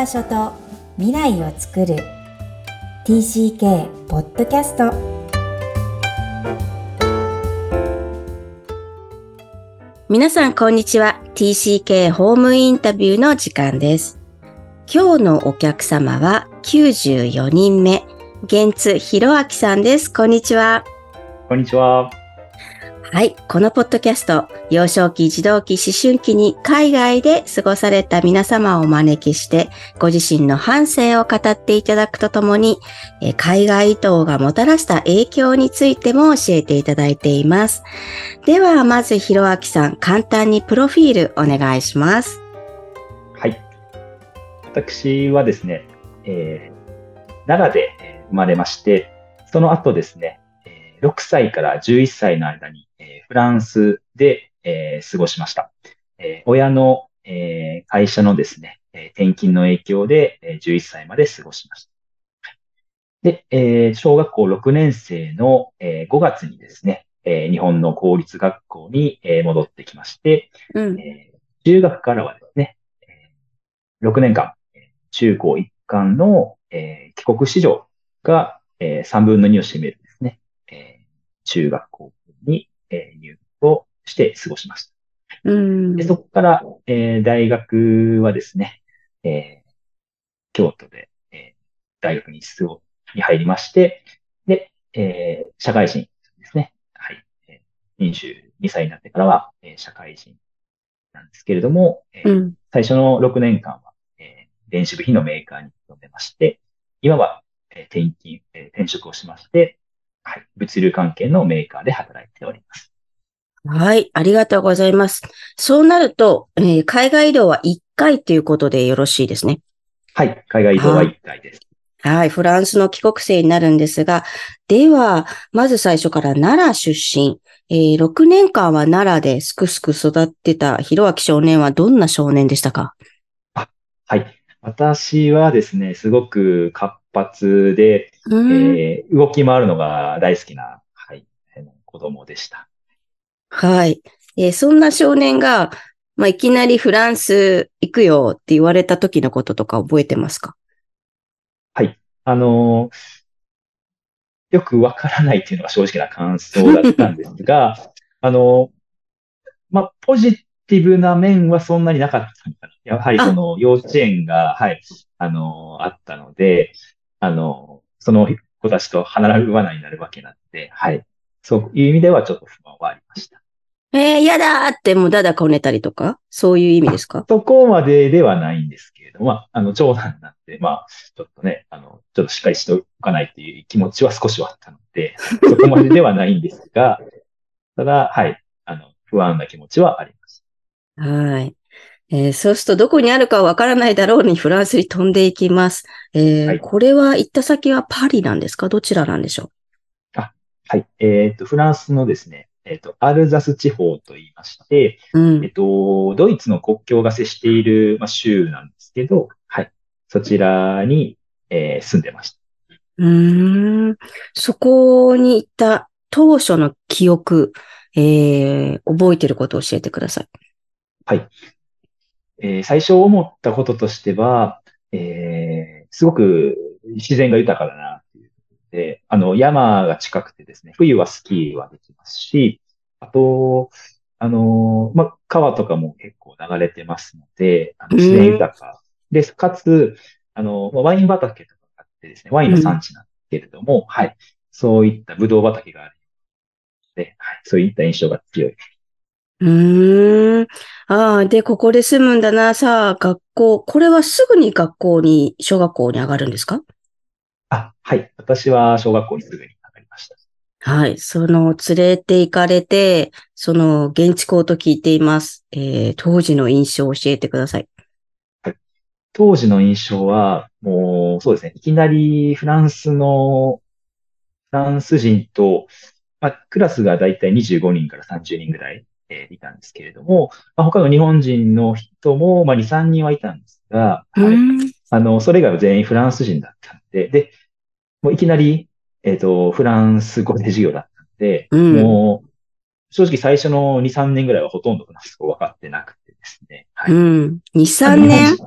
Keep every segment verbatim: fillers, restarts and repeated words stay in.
場所と未来をつくる ティーシーケー ポッドキャスト。皆さんこんにちは。 ティーシーケー ホームインタビューの時間です。今日のお客様はきゅうじゅうよにんめ、源津博明さんです。こんにちは。 こんにちは。 はい。このポッドキャスト、幼少期、児童期、思春期に海外で過ごされた皆様をお招きして、ご自身の半生を語っていただくとともに、海外移動がもたらした影響についても教えていただいています。では、まず博明さん、簡単にプロフィールお願いします。 はい。私はですね、えー、奈良で生まれまして、その後ですね、ろくさいからじゅういっさいの間に、えー、フランスで、えー、過ごしました。えー、親の、えー、会社のですね、えー、転勤の影響で、えー、じゅういっさいまで過ごしました。で、えー、小学校ろくねん生の、えー、ごがつにですね、えー、日本の公立学校に、えー、戻ってきまして、うんえー、中学からはですね、ろくねんかん、中高一貫の、えー、帰国子女が、えー、さんぶんのにを占めるですね、えー、中学校に、えー、入学をして過ごしました。うんでそこから、えー、大学はですね、えー、京都で、えー、大学に出場に入りまして、で、えー、社会人ですね。はい。にじゅうにさいになってからは、えー、社会人なんですけれども、えーうん、最初のろくねんかんは、えー、電子部品のメーカーに勤めまして、今は、えー、転勤、えー、転職をしまして、はい、物流関係のメーカーで働いております。 はい、ありがとうございます。そうなると、えー、海外移動はいっかいということでよろしいですね。 はい、海外移動はいっかいです。 はい、フランスの帰国生になるんですが、では、まず最初から奈良出身、えー、ろくねんかんは奈良ですくすく育ってた博明少年はどんな少年でしたか？ あ、はい。私はですね、すごく活発で、えー、動き回るのが大好きな、はい、子供でした。 はい。えー、そんな少年が、まあ、いきなりフランス行くよって言われた時のこととか覚えてますか？ はい。あのー、よくわからないっていうのが正直な感想だったんですが、あのー、まあ、ポジティブな面はそんなになかったのかな。やはりその幼稚園が、はい、あのー、あったので、あのー、その子たちと離れ離れになるわけなので、はい。そういう意味ではちょっと不安はありました。 えー、やだーってもうだだこねたりとかそういう意味ですか？ そこまでではないんですけれども、まあ、あの、長男になって、まあ、ちょっとね、あの、ちょっとしっかりしておかないっていう気持ちは少しはあったので、そこまでではないんですが、ただ、はい、あの、不安な気持ちはあります。 はい。えー、そうするとどこにあるかわからないだろうにフランスに飛んでいきます。えーはい、これは行った先はパリなんですか？どちらなんでしょう？ あ、はい。えっと、フランスのですね、えっと、アルザス地方と言いまして、うん、えっと、ドイツの国境が接している、まあ、州なんですけど、はい。そちらに、えー、住んでました。 うーん。そこに行った当初の記憶、えー、覚えてることを教えてください。 はい。えー、最初思ったこととしては、えー、すごく自然が豊かだなっていうことで、あの、山が近くてですね、冬はスキーはできますし、あと、あの、まあ、川とかも結構流れてますので、あの自然豊かです。かつ、あの、ワイン畑とかがあってですね、ワインの産地なんですけれども、はい。そういったブドウ畑があるので、はい。そういった印象が強い。 うーん。ああ、で、ここで住むんだな。さあ、学校。これはすぐに学校に、小学校に上がるんですか？ あ、はい。私は小学校にすぐに上がりました。 はい。その、連れて行かれて、その、現地校と聞いています。えー、当時の印象を教えてください。 はい。当時の印象は、もう、そうですね。いきなりフランスの、フランス人と、まあ、クラスがだいたいにじゅうごにんからさんじゅうにんぐらい、えーいたんですけれども、まあ、他の日本人の人も、まあ、に、さんにんはいたんですが、はい。あの、それ以外は全員フランス人だったので、で、もういきなり、えっと、フランス語で授業だったので、うん、もう、正直最初のに、さんねんぐらいはほとんどフランス語分かってなくてですね。はい。 うん。に、さんねん ?に、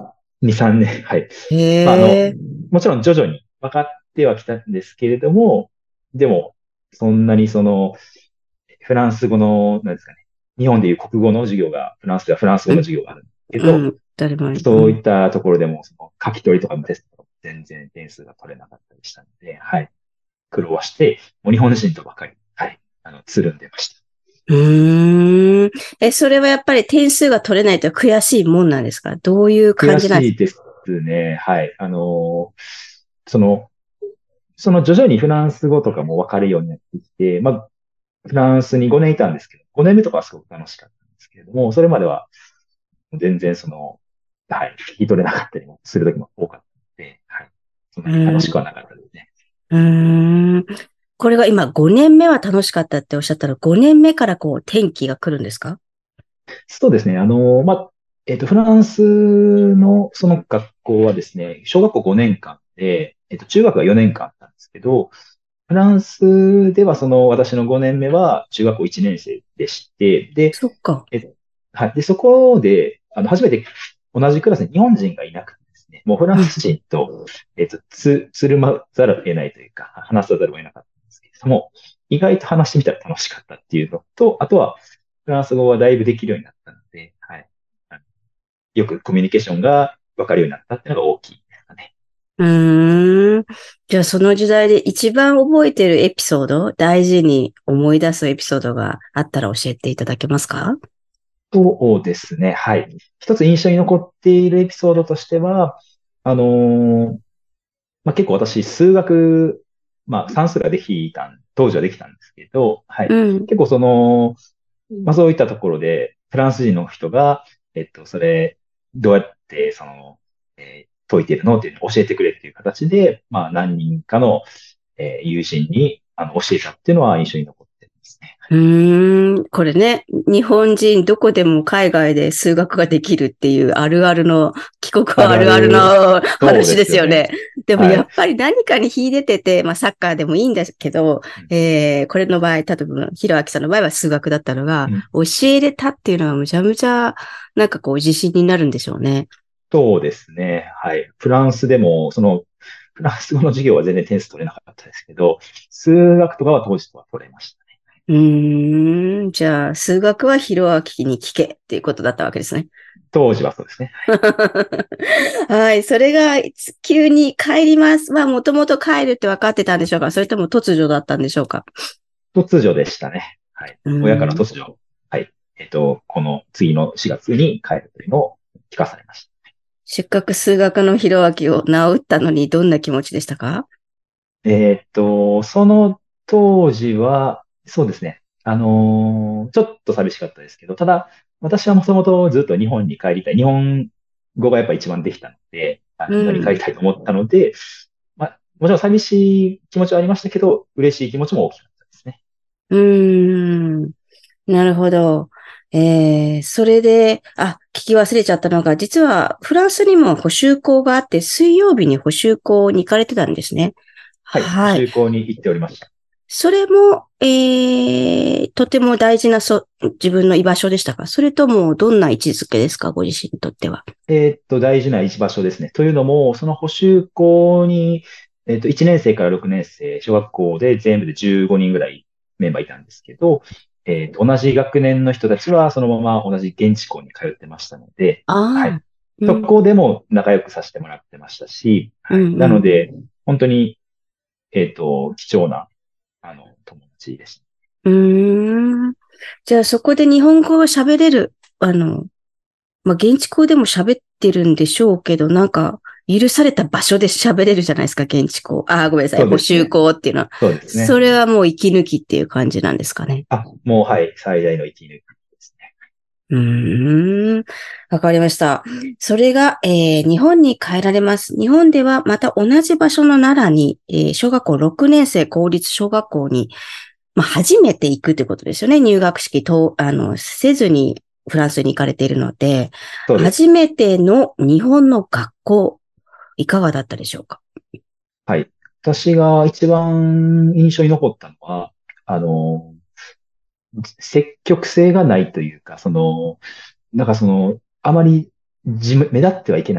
に、さんねん、はい。 へまあ、あの、 え。 もちろん徐々に分かってはきたんですけれども、でも、そんなにその、フランス語の、なんですかね、日本でいう国語の授業が、フランスではフランス語の授業があるんですけど、 うん。誰も、うん。 そういったところでも、その書き取りとかのテストとかも全然点数が取れなかったりしたので、はい。苦労はして、もう日本人とばかり、はい。あの、つるんでました。 うーん。え、それはやっぱり点数が取れないと悔しいもんなんですか？どういう感悔じなんですか？ しいですね。はい。あの、その、その徐々にフランス語とかも分かるようになってきて、まあ、フランスにごねんいたんですけど、ごねんめとかはすごく楽しかったんですけれども、それまでは全然その、はい、聞き取れなかったりもする時も多かったので、はい。そんうなに楽しくん。 はなかったですね。 うーん。これが今ごねんめは楽しかったっておっしゃったらごねんめからこう転機が来るんですか？ そうですね。あの、まあ、えっと、フランスのその学校はですね、小学校ごねんかんで、えっと、中学がよねんかんあったんですけど、フランスではその私のごねんめは中学校いちねん生でして、で、 そっか。 えっと、はい。で、そこで、あの、初めて同じクラスに日本人がいなくてですね、もうフランうん。 ス人と、えっと、つ、つるまざるを得ないというか、話さざるを得なかったんですけれども、意外と話してみたら楽しかったっていうのと、あとは、フランス語はだいぶできるようになったので、はい。あのよくコミュニケーションがわかるようになったっていうのが大きいですかね。 うーん。じゃあその時代で一番覚えてるエピソード、大事に思い出すエピソードがあったら教えていただけますか？ そうですね。はい。一つ印象に残っているエピソードとしては、あのーまあ、結構私、数学、まあ、算数ができたん、当時はできたんですけど、はい。 うん。 結構その、まあ、そういったところで、フランス人の人が、えっと、それ、どうやって、その、えー解いてるのっていうのを教えてくれっていう形で、まあ、何人かの、えー友人に、あの、教えたっていうのは印象に残ってますね。 うーん。これね、日本人どこでも海外で数学ができるっていうあるあるの、帰国あるあるあるある、 のそう話ですよね。 ですよね。でもはい。 やっぱり何かに秀でてて、まあサッカーでもいいんですけど、えー、これの場合、例えば、ひろあきさんの場合は数学だったのが、 うん、 教えれたっていうのはむちゃむちゃ、なんかこう自信になるんでしょうね。 そうですね。はい。フランスでも、その、フランス語の授業は全然点数取れなかったですけど、数学とかは当時とは取れましたね。 うーん。じゃあ、数学はひろあきに聞けっていうことだったわけですね。 当時はそうですね。 はい。それが、急に帰ります。まあ、もともと帰るって分かってたんでしょうか？それとも突如だったんでしょうか？ 突如でしたね。はい。 う親からーん。 突如、はい。えっと、この次のしがつに帰るというのを聞かされました。 せっかく数学のひろあきを治ったのに、どんな気持ちでしたか？ えっと、その当時は、そうですね。あのーちょっと寂しかったですけど、ただ、私はもともとずっと日本に帰りたい。日本語がやっぱ一番できたので、あの日本に帰うん。 りたいと思ったので、まあ、もちろん寂しい気持ちはありましたけど、嬉しい気持ちも大きかったですね。 うーん。なるほど。えー、それで、あ、聞き忘れちゃったのが、実はフランスにも補習校があって、水曜日に補習校に行かれてたんですね。 はい。補はい。 習校に行っておりました。 それも、えー、とても大事なそ、自分の居場所でしたか？それとも、どんな位置づけですか？ご自身にとっては。 えーっと、大事な一場所ですね。というのも、その補習校に、えーっと、いちねん生からろくねん生、小学校で全部でじゅうごにんぐらいメンバーいたんですけど、えーっと、同じ学年の人たちはそのまま同じ現地校に通ってましたので、はい。 ああ、うそん、 こでも仲良くさせてもらってましたし、はい。 うん、うん。 なので、本当に、えーっと、貴重な、あの、友達でした。 うーん。じゃあ、そこで日本語を喋れる、あの、まあ、現地校でも喋ってるんでしょうけど、なんか、許された場所で喋れるじゃないですか、現地校。ああ、ごめんなさい、補習そうですね。 校っていうのは。 そうですね。 それはもう息抜きっていう感じなんですかね。 あ、もう、はい、最大の息抜きですね。 うーん。わかりました。それが、えー日本に帰られます。日本ではまた同じ場所の奈良に、えー小学校ろくねん生公立小学校に、まあ、初めて行くということですよね。入学式と、あの、せずにフランスに行かれているので、 そうです。 初めての日本の学校、いかがだったでしょうか？ はい。私が一番印象に残ったのは、あの、積極性がないというか、その、なんかその、あまり自目立ってはいけないんだなっ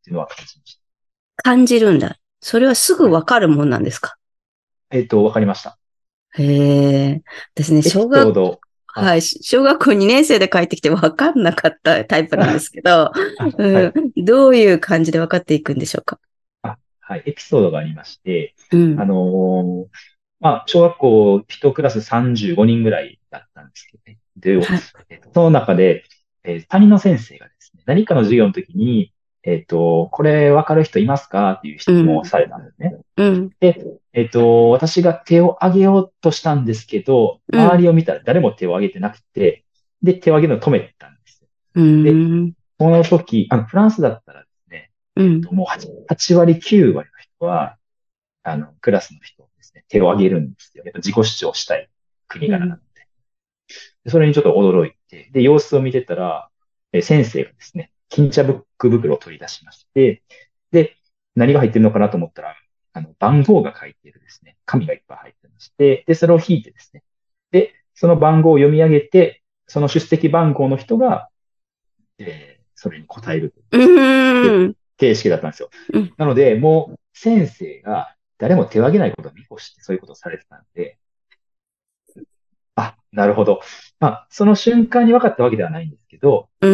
っていうのは感じました。 感じるんだ。それはすぐわかるもんなんですか？ えっと、わかりました。 へえ。ですね、 エピ小学、 ソード、あ、 はい、小学校にねん生で帰ってきてわかんなかったタイプなんですけど、 あ、はうん、 い。 どういう感じで分かっていくんでしょうか？ あ、はい。エピソードがありまして、あうん。 のーまあ、小学校一クラスさんじゅうごにんぐらいだったんですけどね。で、 はい。 えっと、その中で、えー担任の先生がですね、何かの授業の時に、えっと、これわかる人いますかっていう質問をうん。 されたんですね。 うん。 で、えっと、私が手を挙げようとしたんですけど、 うん。 周りを見たら誰も手を挙げてなくて、で、手を挙げるのを止めたんですよ。 うで、 ん。 その時、あの、フランスだったらですね、 うん。 えっと、もうはち、はち割、きゅう割の人は、あの、クラスの人ですね、手を挙げるんですよ。やっぱ自己主張したい国うん。 柄なので。でそれにちょっと驚いて、で、様子を見てたら、え先生がですね、巾着ブック袋を取り出しまして、で、何が入ってるのかなと思ったら、あの、番号が書いているですね、紙がいっぱい入ってまして、で、それを引いてですね、で、その番号を読み上げて、その出席番号の人が、えーそれに答えるうというん。 形式だったんですよ。 うん。 なので、もう先生が誰も手を挙げないことを見越してそういうことをされてたんで、あ、なるほど。まあ、その瞬間に分かったわけではないんですけど、 うん。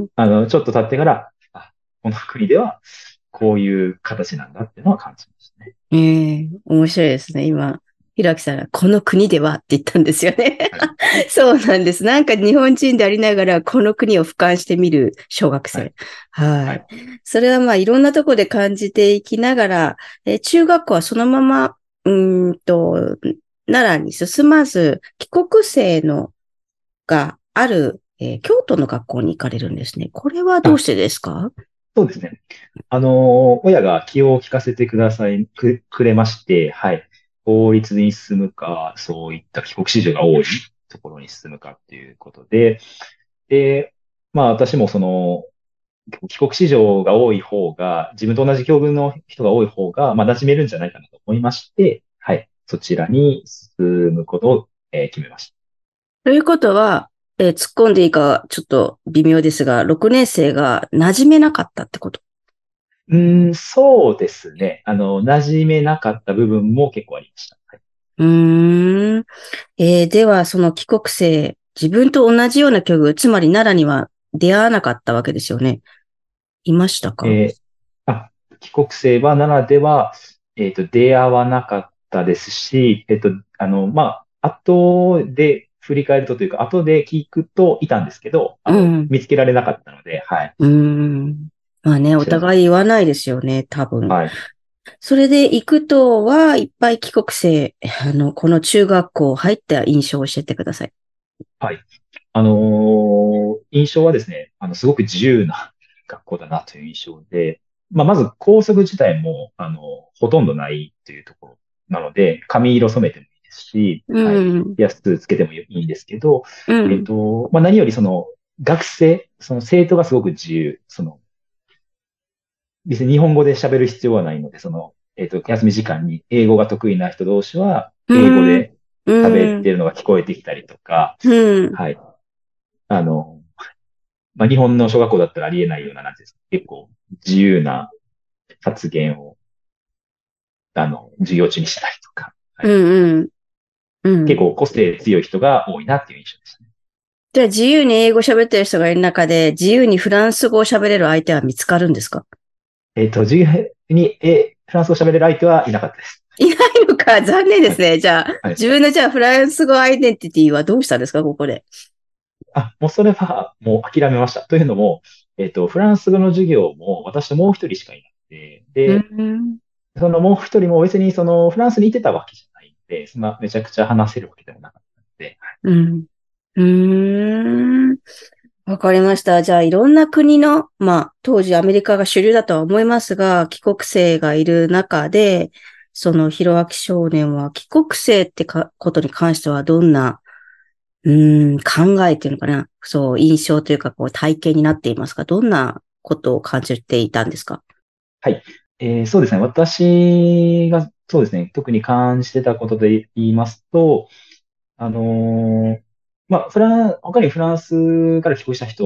あの、ちょっと経ってから、あ、この国ではこういう形なんだっていうのは感じましたね。 ええ、面白いですね。今、ひらきさんがこの国ではって言ったんですよね。 はい。 そうなんです。なんか日本人でありながら、この国を俯瞰してみる小学生。 はい。 はい。 はい。 それはまあいろんなところで感じていきながら、えー中学校はそのまま、うーんと、奈良に進まず、帰国生のがある、えー京都の学校に行かれるんですね。これはどうあ、 してですか？ そうですね。あの、親が気を利かせてください、く、くれまして、はい。法律に進むか、そういった帰国子女が多いところに進むかっていうことで、で、まあ私もその、帰国子女が多い方が、自分と同じ境遇の人が多い方が、まあ馴染めるんじゃないかなと思いまして、はい。そちらに進むことを、えー決めました。 ということは、えー突っ込んでいいかちょっと微妙ですが、ろくねん生が馴染めなかったってこと？ うーん、そうですね。あの、馴染めなかった部分も結構ありました。はい。 うーん。えーでは、その帰国生、自分と同じような境遇、つまり奈良には出会わなかったわけですよね。いましたか？ えーあ、帰国生は奈良では、えっと、出会わなかったですし、えっと、あの、まあ、後で振り返るとというか、後で聞くといたんですけど、あの、 うん。 見つけられなかったので、はい。 うーん。まあね、お知らなかっ互い言わないですよね、多分。 た。はい。 それで行くとはいっぱい帰国生、あの、この中学校入った印象を教えてください。 はい。あのー印象はですね、あの、すごく自由な学校だなという印象で、まあ、まず校則自体も、あの、ほとんどないというところなので、髪色染めてもいいですし、 うはい。 ん。 ピアスつけてもいいんですけど、えっうん。 と、まあ、何よりその、学生、その生徒がすごく自由、その、別に日本語で喋る必要はないので、その、えっと、休み時間に英語が得意な人同士は、英語うん。 で喋うん。 ってるのが聞こえてきたりとか、 うん。 はい。あの、まあ、日本の小学校だったらありえないような、なんていうんですか、結構自由な発言を、あの、授業中にしたりとか、はうい。 ん。うん。 結構個性強い人が多いなっていう印象でしたね。 じゃあ自由に英語喋ってる人がいる中で、自由にフランス語を喋れる相手は見つかるんですか？ えっと、授業に、え、フランス語喋れる相手はいなかったです。 いないのか、残念ではい。 すね。じゃあ、 はい。 自分のじゃあフランス語アイデンティティはどうしたんですか、ここで。 あ、もうそれはもう諦めました。というのも、えっと、フランス語の授業も私ともう一人しかいなくて、 うで、 ん。 そのもう一人も別にそのフランスにいてたわけじゃないんで、そんなめちゃくちゃ話せるわけでもなかったので、 うん。うーん。わかりました。じゃあ、いろんな国の、まあ、当時アメリカが主流だとは思いますが、帰国生がいる中で、その、ヒロアキ少年は帰国生ってかことに関してはどんな、うーん、考えっていうのかな。そう、印象というか、こう、体験になっていますか？どんなことを感じていたんですか？ はい。えーそうですね。私が、そうですね。特に感じてたことで言いますと、あのーまあ、フラン、他にフランスから帰国した人はい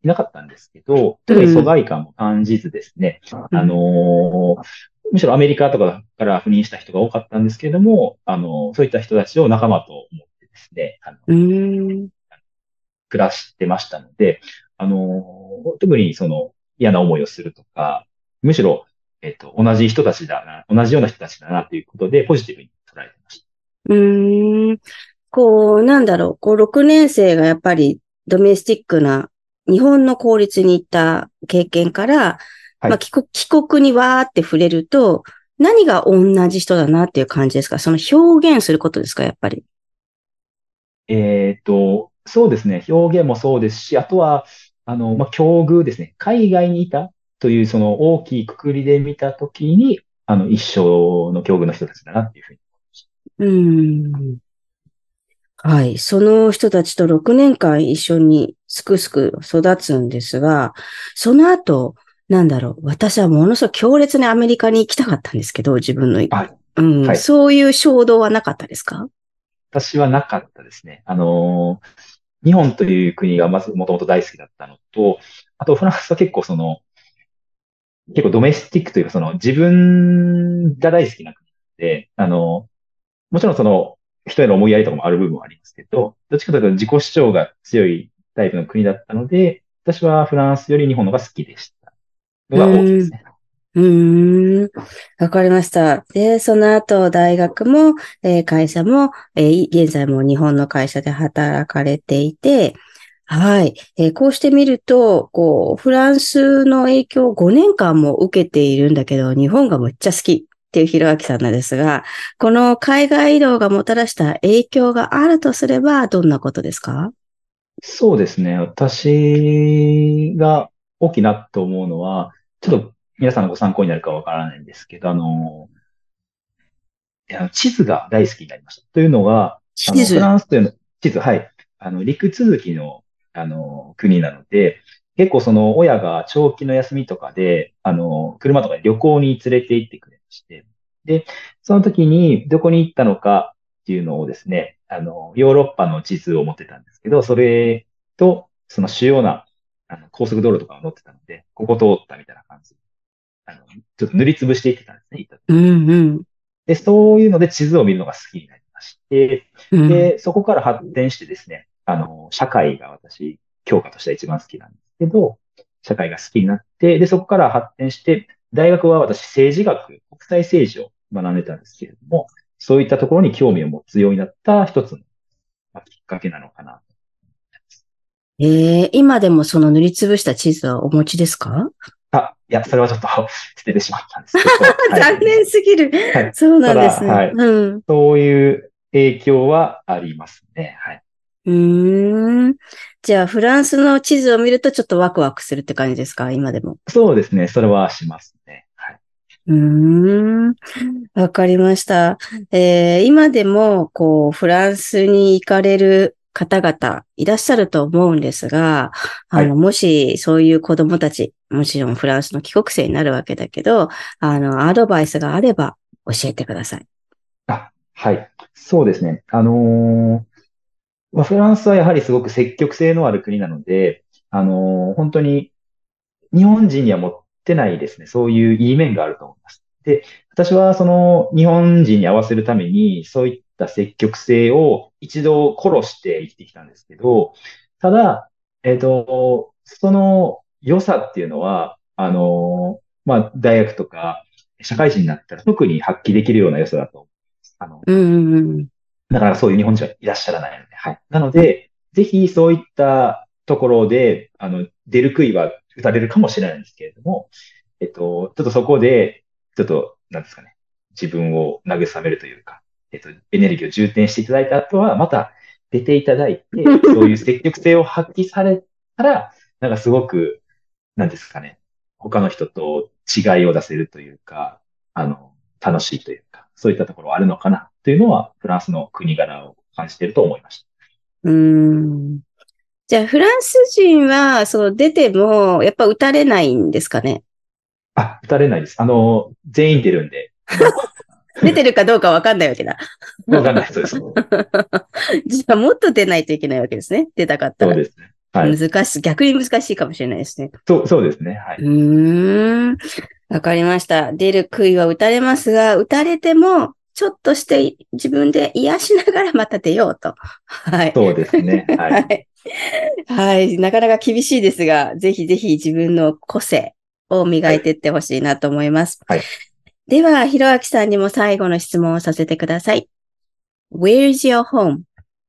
なかったんですけど、特に疎うん。 外感も感じずですね、あのうん。 ーむしろアメリカとかから赴任した人が多かったんですけれども、あのーそういった人たちを仲間と思ってですね、あの、 うーん。 暮らしてましたので、あのー特にその嫌な思いをするとか、むしろ、えっと、同じ人たちだな、同じような人たちだなということで、ポジティブに捉えてましうーん。こう、なんだろう、こう、ろくねん生がやっぱりドメスティックな日本の公立に行った経験から、 た。はまあ、 い。 帰国、帰国にわーって触れると、何が同じ人だなっていう感じですか？その表現することですか、やっぱり。 えっと、そうですね。表現もそうですし、あとは、あの、まあ、境遇ですね。海外にいたというその大きい括りで見たときに、あの、一緒の境遇の人たちだなっていうふうに。 うーん。はい。その人たちとろくねんかん一緒にすくすく育つんですが、その後、なんだろう。私はものすごく強烈にアメリカに行きたかったんですけど、自分の、 はい。 うん、 はい。 そういう衝動はなかったですか？ 私はなかったですね。あの、日本という国がまずもともと大好きだったのと、あとフランスは結構その、結構ドメスティックというかその自分が大好きな国で、あの、もちろんその人への思いやりとかもある部分はありますけど、どっちかというと自己主張が強いタイプの国だったので、私はフランスより日本のが好きでしたのうが大きいでーん。 すね。 うーん。わかりました。で、その後、大学も、えー会社も、えーい現在も日本の会社で働かれていて、はい。えーこうしてみると、こう、フランスの影響をごねんかんも受けているんだけど、日本がむっちゃ好きっていうひろあきさんなんですが、この海外移動がもたらした影響があるとすれば、どんなことですか？ そうですね。私が大きいなと思うのは、ちょっと皆さんのご参考になるかわからないんですけど、あの、いや地図が大好きになりました。というのが、あの、フ地図。 ランスというの、地図、はい。あの、陸続きの、あの、国なので、結構その親が長期の休みとかで、あの、車とかで旅行に連れて行ってくれまして、で、その時にどこに行ったのかっていうのをですね、あの、ヨーロッパの地図を持ってたんですけど、それと、その主要な、あの、高速道路とかが載ってたので、ここ通ったみたいな感じで、あの、ちょっと塗りつぶしていってたんですね、行った時。 うんうん。 で、そういうので地図を見るのが好きになりまして、 うん。 で、そこから発展してですね、あの、社会が私、教科としては一番好きなんですけど、社会が好きになって、で、そこから発展して、大学は私、政治学、国際政治を学んでたんですけれども、そういったところに興味を持つようになった一つのまあきっかけなのかな。 えー、今でもその塗りつぶした地図はお持ちですか？ あ、いや、それはちょっと捨ててしまったんですけど、はい。 残念すぎる。 はい。 そうなただ、 んですね。 はい。 うん。 そういう影響はありますね。はい。 うーん。じゃあ、フランスの地図を見るとちょっとワクワクするって感じですか？今でも。 そうですね。それはしますね。はい。 うーん。わかりました。えー今でも、こう、フランスに行かれる方々いらっしゃると思うんですが、あの、 はい。 もしそういう子供たち、もちろんフランスの帰国生になるわけだけど、あの、アドバイスがあれば教えてください。 あ、はい。そうですね。あのーまあ、フランスはやはりすごく積極性のある国なので、あのー本当に日本人には持ってないですね。そういういい面があると思います。で、私はその日本人に合わせるために、そういった積極性を一度殺して生きてきたんですけど、ただ、えっと、その良さっていうのは、あの、まあ、大学とか社会人になったら特に発揮できるような良さだと思います。あの、 うんうんうん。 なかなかそういう日本人はいらっしゃらないので、はい。なので、ぜひそういったところで、あの、出る杭は打たれるかもしれないんですけれども、えっと、ちょっとそこで、ちょっと、なんですかね、自分を慰めるというか、えっと、エネルギーを充填していただいた後は、また出ていただいて、そういう積極性を発揮されたら、なんかすごく、なんですかね、他の人と違いを出せるというか、あの、楽しいというか、そういったところあるのかなというのは、フランスの国柄を感じていると思いましうーん。じゃあ、フランス人は、そう、出ても、やっぱ打たれないんですかね？ た。あ、打たれないです。あの、全員出るんで、あの、 出てるかどうかわかんないわけだ。 わかんない。そうです。 じゃあ、もっと出ないといけないわけですね。出たかったら。 そうですね。 はい。 難しい、逆に難しいかもしれないですね。 そう、そうですね。はうい。 ーん。わかりました。出る杭は打たれますが、打たれても、ちょっとして自分で癒しながらまた出ようと。はい。 そうですね。はい。 はい。はい。なかなか厳しいですが、ぜひぜひ自分の個性を磨はい。 いていってほしいなと思います。 はい。 では、ひろあきさんにも最後の質問をさせてください。Where's your home?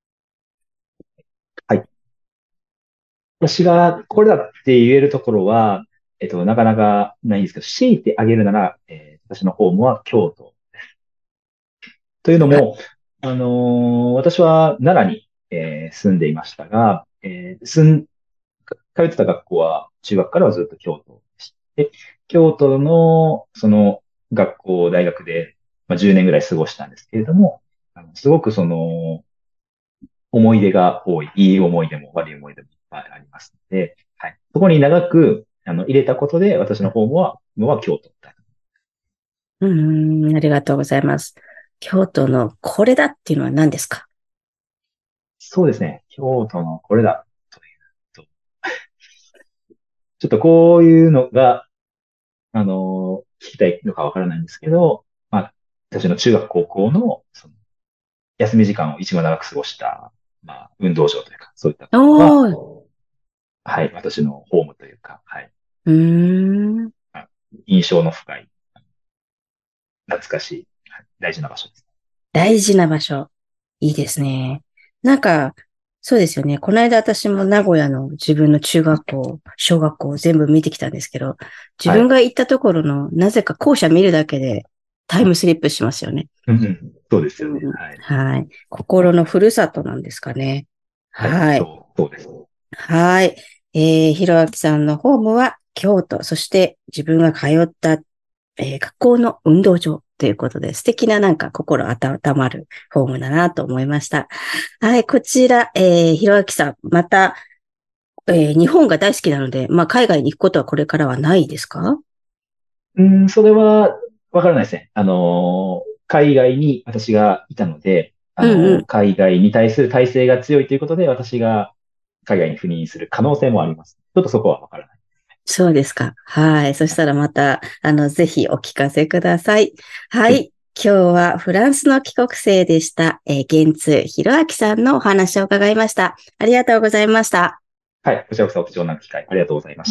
はい。私がこれだって言えるところは、えっと、なかなかないんですけど、強いてあげるなら、えー私のホームは京都。というのあ、 も、あのー私は奈良に、えー住んでいましたが、えー住ん、通ってた学校は、中学からはずっと京都でして、京都の、その、学校、大学で、まあ、じゅうねんぐらい過ごしたんですけれども、あのすごくその、思い出が多い。いい思い出も悪い思い出もいっぱいありますので、はい。そこに長く、あの、入れたことで、私のホームは、のは京都だ。 うーん、ありがとうございます。京都のこれだっていうのは何ですか？ そうですね。京都のこれだ。というと、ちょっとこういうのが、あの、聞きたいのかわからないんですけど、まあ、私の中学高校の、その、休み時間を一番長く過ごした、まあ、運動場というか、そういったところが、 おー、 はい、私のホームというか、はい、 うーん、 あ印象の深い、懐かしい、はい大事な場所です。 大事な場所。いいですね。なんか、そうですよね。この間私も名古屋の自分の中学校、小学校全部見てきたんですけど、自はい。 分が行ったところの、なぜか校舎見るだけでタイムスリップしますよね。 うんうん、そうですよね。 うん、 はい。 はい。心のふるさとなんですかね。 はい。 はい。 そう、そうです。 はい。えー、ひろあきさんのホームは京都、そして自分が通った、えー学校の運動場ということで、素敵ななんか心温まるホームだなと思いました。はい、こちら、えー、ひろあきさん、また、えー日本が大好きなので、まあ、海外に行くことはこれからはないですか？ うん、それは、わからないですね。あのー、海外に私がいたので、あのー、 うんうん。 海外に対する体制が強いということで、私が海外に赴任する可能性もあります。ちょっとそこはわからない。 そうですか。はい。そしたらまた、あの、ぜひお聞かせください。ははい。 い。今日はフランスの帰国生でした、えー、ゲンツひろあきさんのお話を伺いました。ありがとうございました。 はい。こちらこそ貴重な機会ありがとうございました。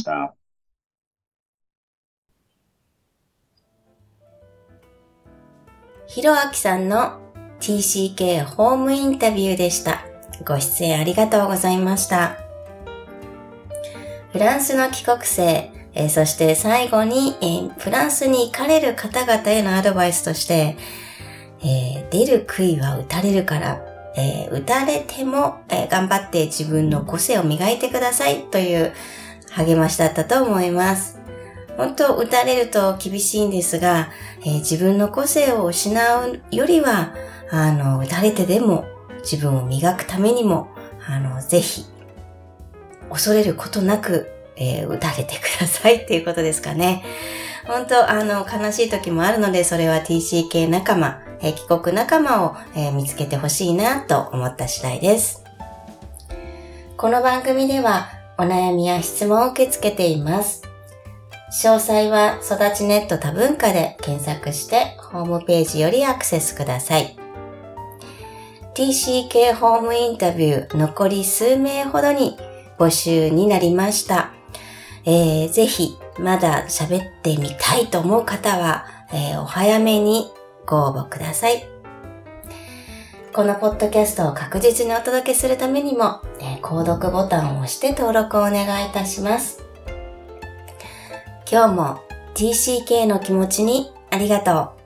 ひろあきさんの ティーシーケー ホームインタビューでした。ご出演ありがとうございました。フランスの帰国生、えー、そして最後に、えー、フランスに行かれる方々へのアドバイスとして、えー、出る杭は打たれるから、えー、打たれても、えー、頑張って自分の個性を磨いてくださいという励ましだったと思います。本当、打たれると厳しいんですが、えー、自分の個性を失うよりは、あの、打たれてでも自分を磨くためにも、あの、ぜひ、恐れることなく、えー、打たれてくださいっていうことですかね。本当、あの、悲しい時もあるので、それは ティーシーケー 仲間、えー、帰国仲間を、えー、見つけてほしいなと思った次第です。この番組では、お悩みや質問を受け付けています。詳細は育ちネット多文化で検索してホームページよりアクセスください。ティーシーケー ホームインタビュー残り数名ほどに募集になりました。えー、ぜひまだ喋ってみたいと思う方は、えー、お早めにご応募ください。このポッドキャストを確実にお届けするためにも、えー、購読ボタンを押して登録をお願いいたします。今日も ティーシーケー の気持ちにありがとう。